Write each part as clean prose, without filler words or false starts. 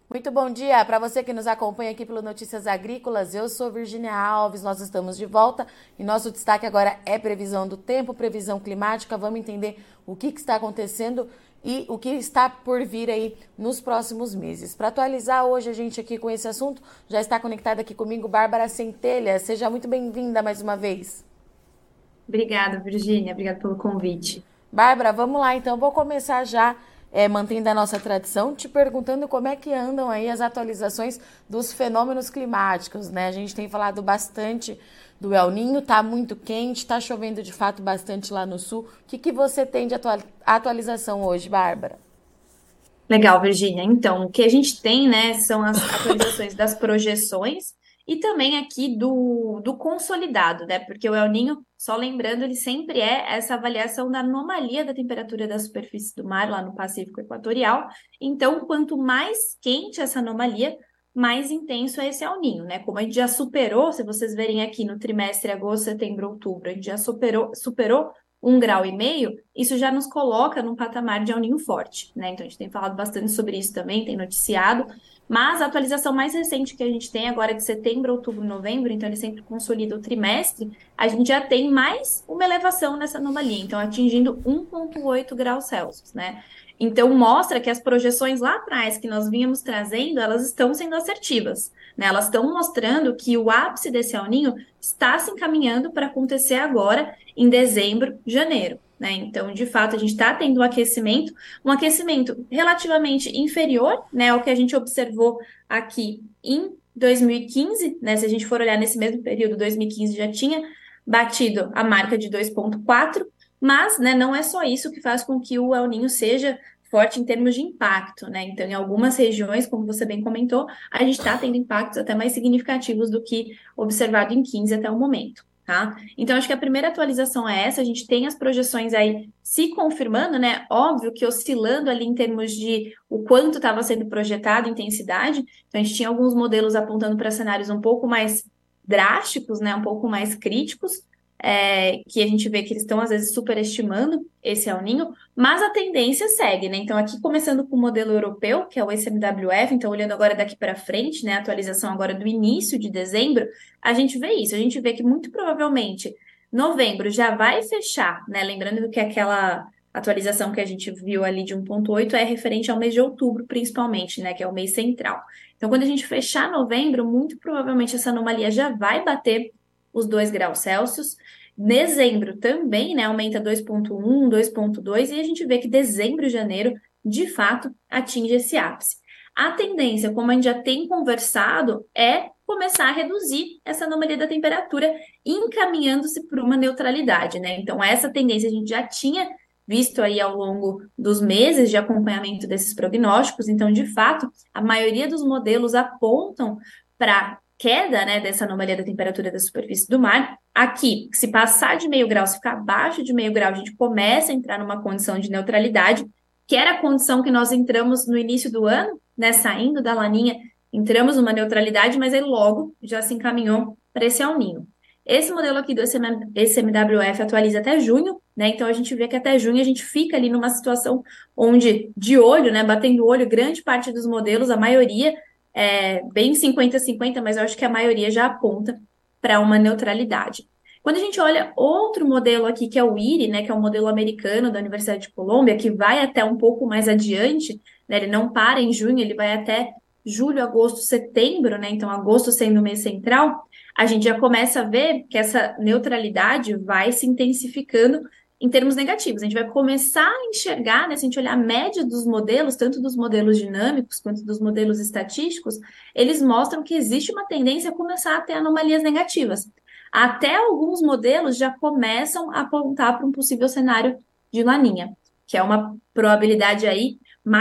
Muito bom dia para você que nos acompanha aqui pelo Notícias Agrícolas. Eu sou Virgínia Alves, nós estamos de volta e nosso destaque agora é previsão do tempo, previsão climática. Vamos entender o que está acontecendo e o que está por vir aí nos próximos meses. Para atualizar hoje a gente aqui com esse assunto, já está conectada aqui comigo Bárbara Centelha. Seja muito bem-vinda mais uma vez. Obrigada, Virgínia. Obrigada pelo convite. Bárbara, vamos lá então. Vou começar já, mantendo a nossa tradição, te perguntando como é que andam aí as atualizações dos fenômenos climáticos, né? A gente tem falado bastante do El Niño, tá muito quente, tá chovendo de fato bastante lá no sul. O que você tem de atualização hoje, Bárbara? Legal, Virgínia. Então, o que a gente tem, né, são as atualizações das projeções e também aqui do consolidado, né? Porque o El Niño, só lembrando, ele sempre é essa avaliação da anomalia da temperatura da superfície do mar lá no Pacífico Equatorial. Então, quanto mais quente essa anomalia, mais intenso é esse El Niño, né? Como a gente já superou, se vocês verem aqui no trimestre agosto, setembro, outubro, a gente já superou 1,5 graus, isso já nos coloca num patamar de El Niño forte, né? Então a gente tem falado bastante sobre isso também, tem noticiado, mas a atualização mais recente que a gente tem agora é de setembro, outubro, novembro, então ele sempre consolida o trimestre, a gente já tem mais uma elevação nessa anomalia, então atingindo 1,8 graus Celsius, né? Então mostra que as projeções lá atrás que nós vínhamos trazendo, elas estão sendo assertivas, né? Elas estão mostrando que o ápice desse El Niño está se encaminhando para acontecer agora em dezembro, janeiro. Né? Então, de fato, a gente está tendo um aquecimento relativamente inferior, né, ao que a gente observou aqui em 2015, né? Se a gente for olhar nesse mesmo período, 2015 já tinha batido a marca de 2,4, mas, né, não é só isso que faz com que o El Niño seja forte em termos de impacto, né? Então, em algumas regiões, como você bem comentou, a gente está tendo impactos até mais significativos do que observado em 15 até o momento. Tá? Então, acho que a primeira atualização é essa. A gente tem as projeções aí se confirmando, né? Óbvio que oscilando ali em termos de o quanto estava sendo projetado, intensidade. Então, a gente tinha alguns modelos apontando para cenários um pouco mais drásticos, né? Um pouco mais críticos, que a gente vê que eles estão, às vezes, superestimando esse El Niño, mas a tendência segue, né? Então, aqui começando com o modelo europeu, que é o ECMWF, então, olhando agora daqui para frente, né? A atualização agora do início de dezembro, a gente vê isso, a gente vê que muito provavelmente novembro já vai fechar, né? Lembrando que aquela atualização que a gente viu ali de 1,8 é referente ao mês de outubro, principalmente, né? Que é o mês central. Então, quando a gente fechar novembro, muito provavelmente essa anomalia já vai bater os 2 graus Celsius. Dezembro também, né? Aumenta 2,1, 2,2, e a gente vê que dezembro e janeiro, de fato, atinge esse ápice. A tendência, como a gente já tem conversado, é começar a reduzir essa anomalia da temperatura, encaminhando-se para uma neutralidade, né? Então, essa tendência a gente já tinha visto aí ao longo dos meses de acompanhamento desses prognósticos. Então, de fato, a maioria dos modelos apontam para queda, né, dessa anomalia da temperatura da superfície do mar. Aqui, se passar de meio grau, se ficar abaixo de meio grau, a gente começa a entrar numa condição de neutralidade, que era a condição que nós entramos no início do ano, né, saindo da laninha, entramos numa neutralidade, mas aí logo já se encaminhou para esse El Niño. Esse modelo aqui do ECMWF atualiza até junho, né? Então a gente vê que até junho a gente fica ali numa situação onde, de olho, né, batendo o olho, grande parte dos modelos, a maioria, bem 50-50, mas eu acho que a maioria já aponta para uma neutralidade. Quando a gente olha outro modelo aqui, que é o IRI, né, que é o modelo americano da Universidade de Colômbia, que vai até um pouco mais adiante, né, ele não para em junho, ele vai até julho, agosto, setembro, né, então agosto sendo o mês central, a gente já começa a ver que essa neutralidade vai se intensificando em termos negativos. A gente vai começar a enxergar, né, se a gente olhar a média dos modelos, tanto dos modelos dinâmicos quanto dos modelos estatísticos, eles mostram que existe uma tendência a começar a ter anomalias negativas. Até alguns modelos já começam a apontar para um possível cenário de laninha, que é uma probabilidade aí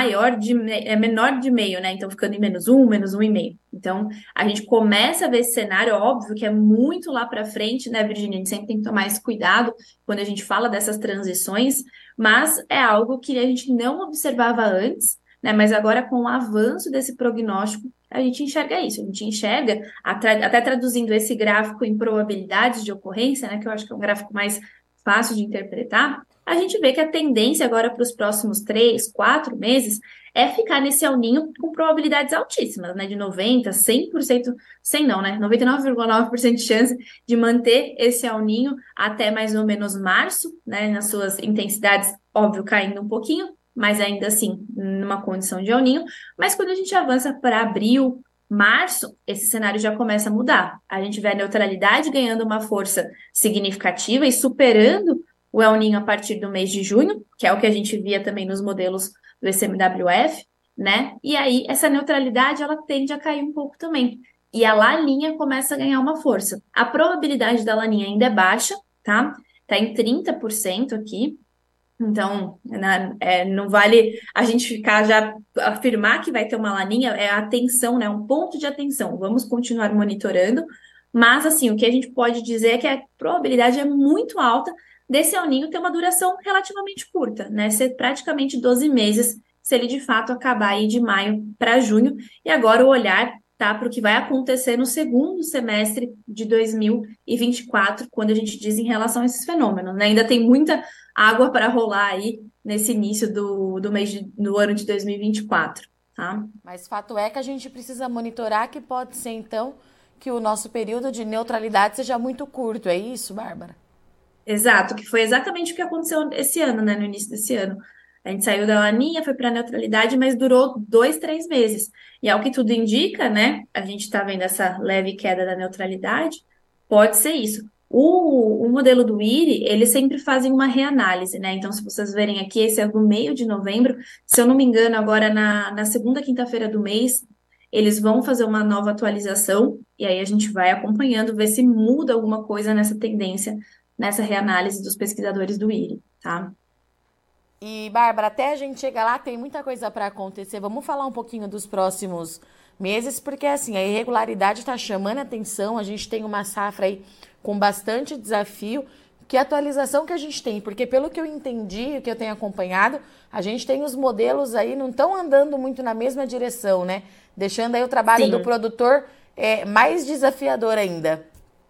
menor de meio, né? Então, ficando em menos um e meio. Então, a gente começa a ver esse cenário, óbvio que é muito lá para frente, né, Virginia? A gente sempre tem que tomar esse cuidado quando a gente fala dessas transições, mas é algo que a gente não observava antes, né? Mas agora, com o avanço desse prognóstico, a gente enxerga isso, a gente enxerga, até traduzindo esse gráfico em probabilidades de ocorrência, né? Que eu acho que é um gráfico mais fácil de interpretar, a gente vê que a tendência agora para os próximos 3, 4 meses é ficar nesse El Ninho com probabilidades altíssimas, né? De 90, 100%, 100 não, né? 99,9% de chance de manter esse El Ninho até mais ou menos março, né? Nas suas intensidades, óbvio, caindo um pouquinho, mas ainda assim numa condição de El Ninho. Mas quando a gente avança para abril, março, esse cenário já começa a mudar. A gente vê a neutralidade ganhando uma força significativa e superando o El Ninho a partir do mês de junho, que é o que a gente via também nos modelos do ECMWF, né? E aí essa neutralidade ela tende a cair um pouco também. E a laninha começa a ganhar uma força. A probabilidade da laninha ainda é baixa, tá? Tá em 30% aqui. Então, não vale a gente ficar já afirmar que vai ter uma laninha, é a atenção, né? Um ponto de atenção. Vamos continuar monitorando, mas assim, o que a gente pode dizer é que a probabilidade é muito alta desse El Ninho ter uma duração relativamente curta, né? Ser praticamente 12 meses, se ele de fato acabar aí de maio para junho. E agora o olhar tá para o que vai acontecer no segundo semestre de 2024, quando a gente diz em relação a esses fenômenos, né? Ainda tem muita água para rolar aí nesse início do ano de 2024, tá? Mas fato é que a gente precisa monitorar que pode ser, então, que o nosso período de neutralidade seja muito curto. É isso, Bárbara? Exato, que foi exatamente o que aconteceu esse ano, né? No início desse ano. A gente saiu da laninha, foi para a neutralidade, mas durou 2, 3 meses. E ao que tudo indica, né? A gente está vendo essa leve queda da neutralidade, pode ser isso. O modelo do IRI, eles sempre fazem uma reanálise, né? Então, se vocês verem aqui, esse é do meio de novembro. Se eu não me engano, agora na segunda quinta-feira do mês, eles vão fazer uma nova atualização, e aí a gente vai acompanhando, ver se muda alguma coisa nessa tendência nessa reanálise dos pesquisadores do IRI, tá? E, Bárbara, até a gente chegar lá, tem muita coisa para acontecer. Vamos falar um pouquinho dos próximos meses, porque assim, a irregularidade está chamando a atenção. A gente tem uma safra aí com bastante desafio. Que atualização que a gente tem? Porque pelo que eu entendi, o que eu tenho acompanhado, a gente tem os modelos aí, não estão andando muito na mesma direção, né? Deixando aí o trabalho do Sim. produtor mais desafiador ainda.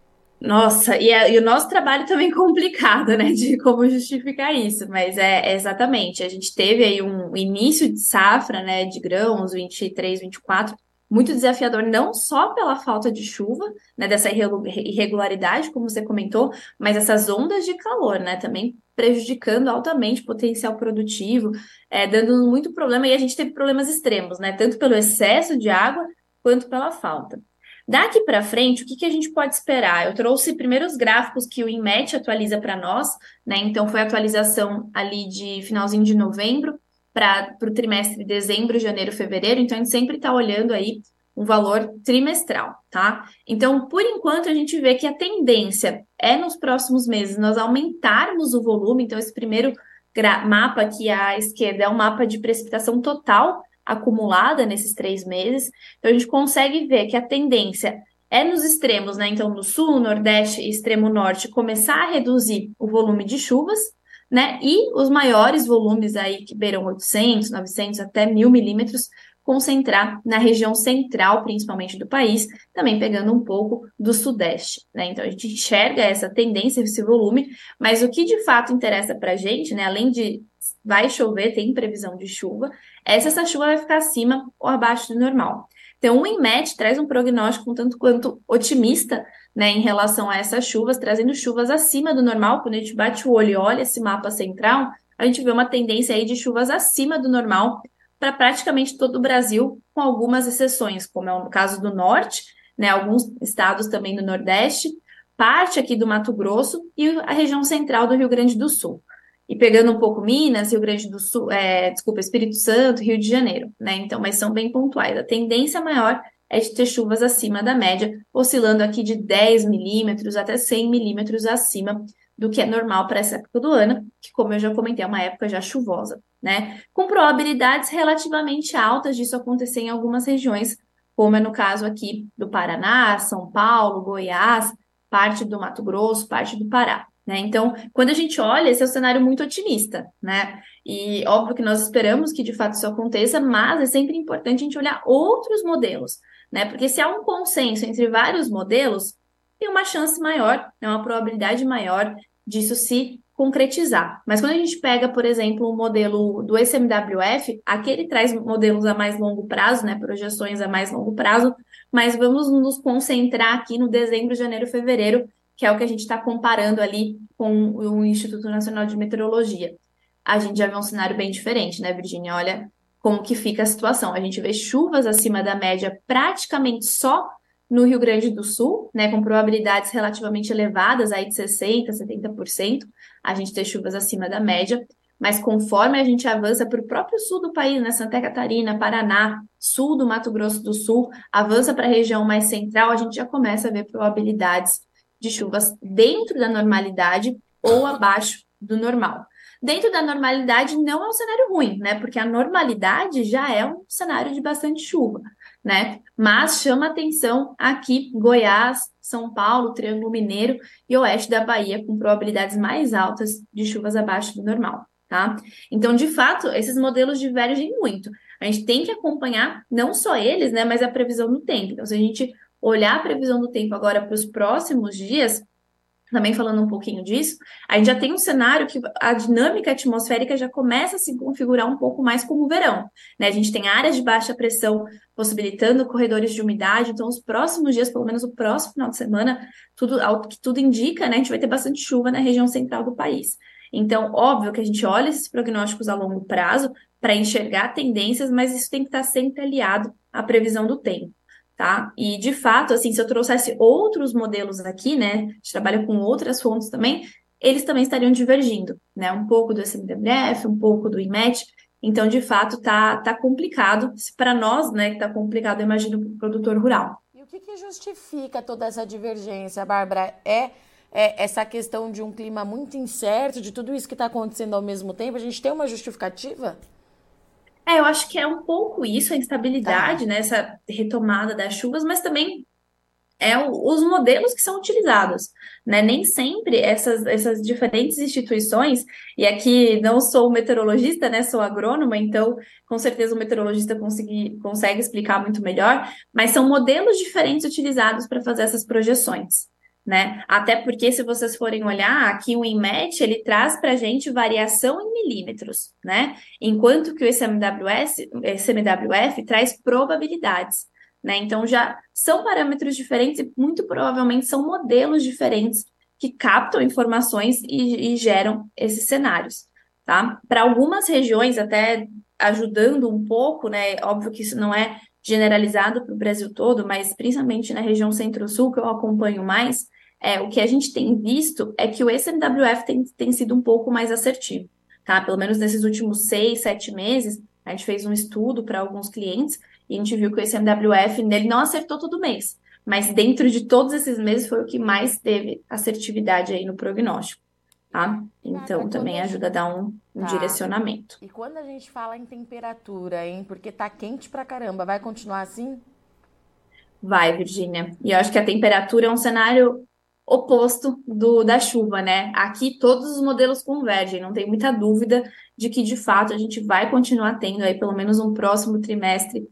Nossa, e o nosso trabalho também complicado, né, de como justificar isso, mas é exatamente, a gente teve aí um início de safra, né, de grãos, 23, 24, muito desafiador, não só pela falta de chuva, né, dessa irregularidade, como você comentou, mas essas ondas de calor, né, também prejudicando altamente o potencial produtivo, dando muito problema, e a gente teve problemas extremos, né, tanto pelo excesso de água, quanto pela falta. Daqui para frente, o que a gente pode esperar? Eu trouxe primeiro os gráficos que o INMET atualiza para nós, né? Então, foi a atualização ali de finalzinho de novembro para o trimestre de dezembro, janeiro, fevereiro. Então, a gente sempre está olhando aí um valor trimestral, tá? Então, por enquanto, a gente vê que a tendência é nos próximos meses nós aumentarmos o volume. Então, esse primeiro mapa aqui à esquerda é um mapa de precipitação total acumulada nesses 3 meses. Então, a gente consegue ver que a tendência é nos extremos, né? Então, no sul, no nordeste e extremo norte, começar a reduzir o volume de chuvas, né? E os maiores volumes aí, que beiram 800, 900, até 1.000 milímetros, concentrar na região central, principalmente do país, também pegando um pouco do sudeste, né? Então, a gente enxerga essa tendência, esse volume, mas o que de fato interessa para a gente, né? Além de vai chover, tem previsão de chuva, é se essa chuva vai ficar acima ou abaixo do normal. Então, o INMET traz um prognóstico um tanto quanto otimista, né, em relação a essas chuvas, trazendo chuvas acima do normal. Quando a gente bate o olho e olha esse mapa central, a gente vê uma tendência aí de chuvas acima do normal para praticamente todo o Brasil, com algumas exceções, como é o caso do norte, né, alguns estados também do nordeste, parte aqui do Mato Grosso e a região central do Rio Grande do Sul. E pegando um pouco Minas, Rio Grande do Sul, Espírito Santo, Rio de Janeiro, né? Então, mas são bem pontuais. A tendência maior é de ter chuvas acima da média, oscilando aqui de 10 milímetros até 100 milímetros acima do que é normal para essa época do ano, que, como eu já comentei, é uma época já chuvosa, né? Com probabilidades relativamente altas disso acontecer em algumas regiões, como é no caso aqui do Paraná, São Paulo, Goiás, parte do Mato Grosso, parte do Pará. Né? Então, quando a gente olha, esse é um cenário muito otimista, né? E óbvio que nós esperamos que de fato isso aconteça, mas é sempre importante a gente olhar outros modelos, né? Porque se há um consenso entre vários modelos, tem uma chance maior, né? Uma probabilidade maior disso se concretizar. Mas quando a gente pega, por exemplo, o modelo do ECMWF, aqui ele traz modelos a mais longo prazo, né, projeções a mais longo prazo, mas vamos nos concentrar aqui no dezembro, janeiro, fevereiro, que é o que a gente está comparando ali com o Instituto Nacional de Meteorologia. A gente já vê um cenário bem diferente, né, Virginia? Olha como que fica a situação. A gente vê chuvas acima da média praticamente só no Rio Grande do Sul, né, com probabilidades relativamente elevadas, aí de 60%, 70%, a gente tem chuvas acima da média, mas conforme a gente avança para o próprio sul do país, né, Santa Catarina, Paraná, sul do Mato Grosso do Sul, avança para a região mais central, a gente já começa a ver probabilidades de chuvas dentro da normalidade ou abaixo do normal. Dentro da normalidade não é um cenário ruim, né? Porque a normalidade já é um cenário de bastante chuva, né? Mas chama atenção aqui Goiás, São Paulo, Triângulo Mineiro e oeste da Bahia, com probabilidades mais altas de chuvas abaixo do normal, tá? Então, de fato, esses modelos divergem muito. A gente tem que acompanhar não só eles, né? Mas a previsão do tempo. Então, se a gente olhar a previsão do tempo agora para os próximos dias, também falando um pouquinho disso, a gente já tem um cenário que a dinâmica atmosférica já começa a se configurar um pouco mais como verão, né? A gente tem áreas de baixa pressão possibilitando corredores de umidade, então os próximos dias, pelo menos o próximo final de semana, ao que tudo indica, né? A gente vai ter bastante chuva na região central do país. Então, óbvio que a gente olha esses prognósticos a longo prazo para enxergar tendências, mas isso tem que estar sempre aliado à previsão do tempo. Tá? E, de fato, assim, se eu trouxesse outros modelos aqui, né, a gente trabalha com outras fontes também, eles também estariam divergindo, né, um pouco do SMWF, um pouco do IMET, então, de fato, tá complicado, para nós, né, que tá complicado, eu imagino, para o produtor rural. E o que justifica toda essa divergência, Bárbara? É essa questão de um clima muito incerto, de tudo isso que está acontecendo ao mesmo tempo? A gente tem uma justificativa? Eu acho que é um pouco isso, a Tá. instabilidade, né, essa retomada das chuvas, mas também os modelos que são utilizados, né? Nem sempre essas diferentes instituições, e aqui não sou meteorologista, né? Sou agrônoma, então com certeza o meteorologista consegue explicar muito melhor, mas são modelos diferentes utilizados para fazer essas projeções, né? Até porque se vocês forem olhar, aqui o INMET, ele traz para a gente variação em milímetros, né? Enquanto que o SMWF traz probabilidades, né? Então já são parâmetros diferentes e muito provavelmente são modelos diferentes que captam informações e geram esses cenários, tá? Para algumas regiões, até ajudando um pouco, né? Óbvio que isso não é generalizado para o Brasil todo, mas principalmente na região Centro-Sul, que eu acompanho mais, o que a gente tem visto é que o SMWF tem sido um pouco mais assertivo, tá? Pelo menos nesses últimos 6, 7 meses, a gente fez um estudo para alguns clientes e a gente viu que o SMWF, ele não acertou todo mês, mas dentro de todos esses meses foi o que mais teve assertividade aí no prognóstico, tá? E, Bárbara, Então também ajuda a dar um Tá. direcionamento. E quando a gente fala em temperatura, hein? Porque tá quente pra caramba, vai continuar assim? Vai, Virgínia. E eu acho que a temperatura é um cenário oposto da chuva, né? Aqui todos os modelos convergem, não tem muita dúvida de que de fato a gente vai continuar tendo aí pelo menos um próximo trimestre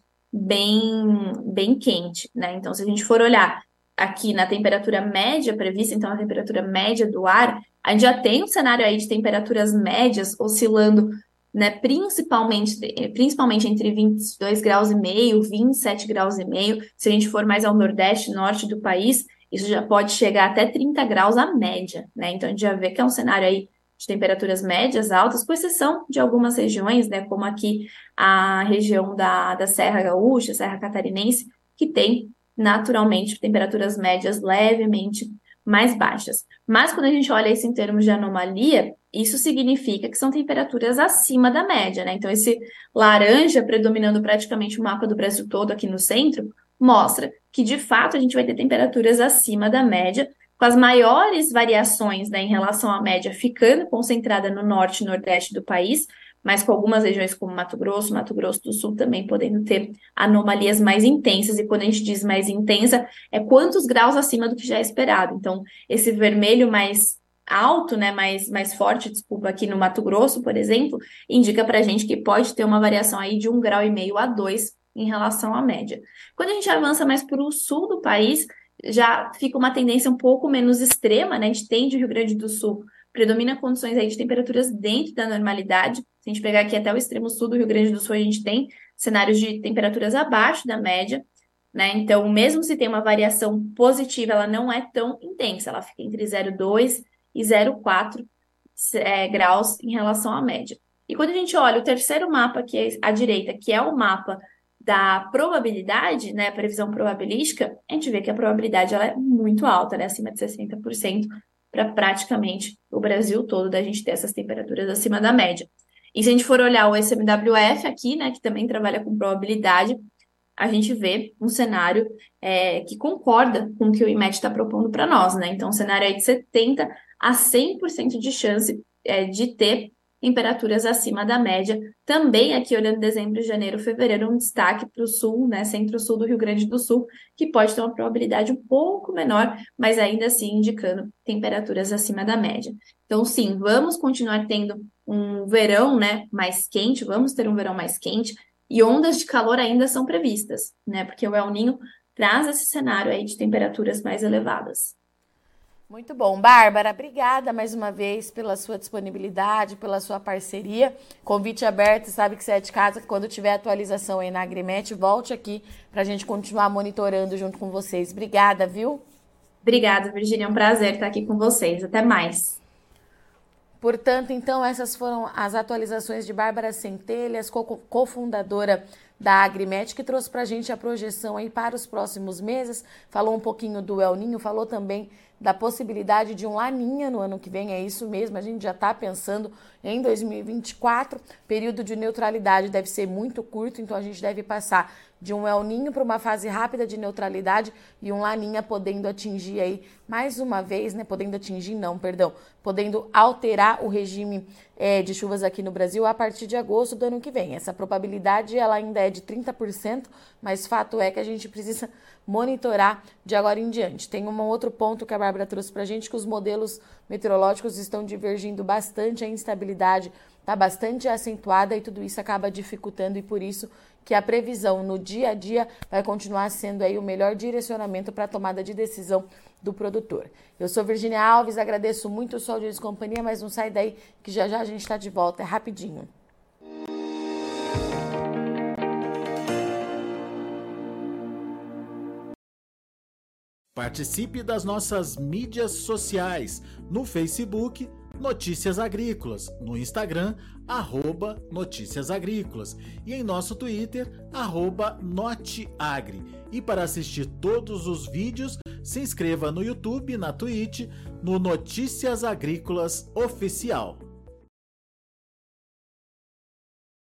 bem quente, né? Então, se a gente for olhar aqui na temperatura média prevista, então a temperatura média do ar, a gente já tem um cenário aí de temperaturas médias oscilando, né, principalmente entre 22 graus e meio, 27 graus e meio. Se a gente for mais ao nordeste, norte do país, isso já pode chegar até 30 graus a média, né? Então a gente já vê que é um cenário aí de temperaturas médias altas, com exceção de algumas regiões, né, como aqui a região da Serra Gaúcha, Serra Catarinense, que tem naturalmente temperaturas médias levemente mais baixas. Mas quando a gente olha isso em termos de anomalia, isso significa que são temperaturas acima da média, né? Então, esse laranja predominando praticamente o mapa do Brasil todo aqui no centro, mostra que, de fato, a gente vai ter temperaturas acima da média, com as maiores variações, né, em relação à média ficando concentrada no norte e nordeste do país, mas com algumas regiões como Mato Grosso do Sul também podendo ter anomalias mais intensas. E quando a gente diz mais intensa, é quantos graus acima do que já é esperado. Então, esse vermelho mais alto, né, mais forte, desculpa, aqui no Mato Grosso, por exemplo, indica para a gente que pode ter uma variação aí de 1,5 graus a 2 em relação à média. Quando a gente avança mais para o sul do país, já fica uma tendência um pouco menos extrema, né? A gente tem de Rio Grande do Sul predomina condições aí de temperaturas dentro da normalidade. Se a gente pegar aqui até o extremo sul do Rio Grande do Sul, a gente tem cenários de temperaturas abaixo da média, né? Então, mesmo se tem uma variação positiva, ela não é tão intensa, ela fica entre 0,2 e 0,4 graus em relação à média. E quando a gente olha o terceiro mapa, que é à direita, que é o mapa da probabilidade, né, previsão probabilística, a gente vê que a probabilidade ela é muito alta, né, acima de 60% para praticamente o Brasil todo da gente ter essas temperaturas acima da média. E se a gente for olhar o SMWF aqui, né, que também trabalha com probabilidade, a gente vê um cenário que concorda com o que o IMET está propondo para nós, né? Então, um cenário aí de 70 a 100% de chance de ter temperaturas acima da média. Também aqui, olhando dezembro, janeiro, fevereiro, um destaque para o sul, né? Centro-sul do Rio Grande do Sul, que pode ter uma probabilidade um pouco menor, mas ainda assim indicando temperaturas acima da média. Então, sim, vamos continuar tendo um verão, né, mais quente, vamos ter um verão mais quente, e ondas de calor ainda são previstas, né? Porque o El Niño traz esse cenário aí de temperaturas mais elevadas. Muito bom. Bárbara, obrigada mais uma vez pela sua disponibilidade, pela sua parceria. Convite aberto, sabe que você é de casa, que quando tiver atualização aí na Agrimet, volte aqui para a gente continuar monitorando junto com vocês. Obrigada, viu? Obrigada, Virgínia. É um prazer estar aqui com vocês. Até mais. Portanto, então, essas foram as atualizações de Bárbara Centelhas, cofundadora da Agrimet, que trouxe para a gente a projeção aí para os próximos meses, falou um pouquinho do El Niño, falou também da possibilidade de um Laninha no ano que vem, é isso mesmo, a gente já está pensando em 2024, período de neutralidade deve ser muito curto, então a gente deve passar de um El Niño para uma fase rápida de neutralidade e um Laninha podendo atingir aí, mais uma vez, né, podendo alterar o regime de chuvas aqui no Brasil a partir de agosto do ano que vem. Essa probabilidade ela ainda é de 30%, mas fato é que a gente precisa monitorar de agora em diante. Tem um outro ponto que a Bárbara trouxe para a gente, que os modelos meteorológicos estão divergindo bastante, a instabilidade está bastante acentuada e tudo isso acaba dificultando, e por isso que a previsão no dia a dia vai continuar sendo aí o melhor direcionamento para a tomada de decisão do produtor. Eu sou Virgínia Alves, agradeço muito o sua audiência e companhia, mas não sai daí que já já a gente está de volta, é rapidinho. Participe das nossas mídias sociais, no Facebook, Notícias Agrícolas, no Instagram, @Notícias Agrícolas e em nosso Twitter, @Noteagri. E para assistir todos os vídeos, se inscreva no YouTube, na Twitch, no Notícias Agrícolas Oficial.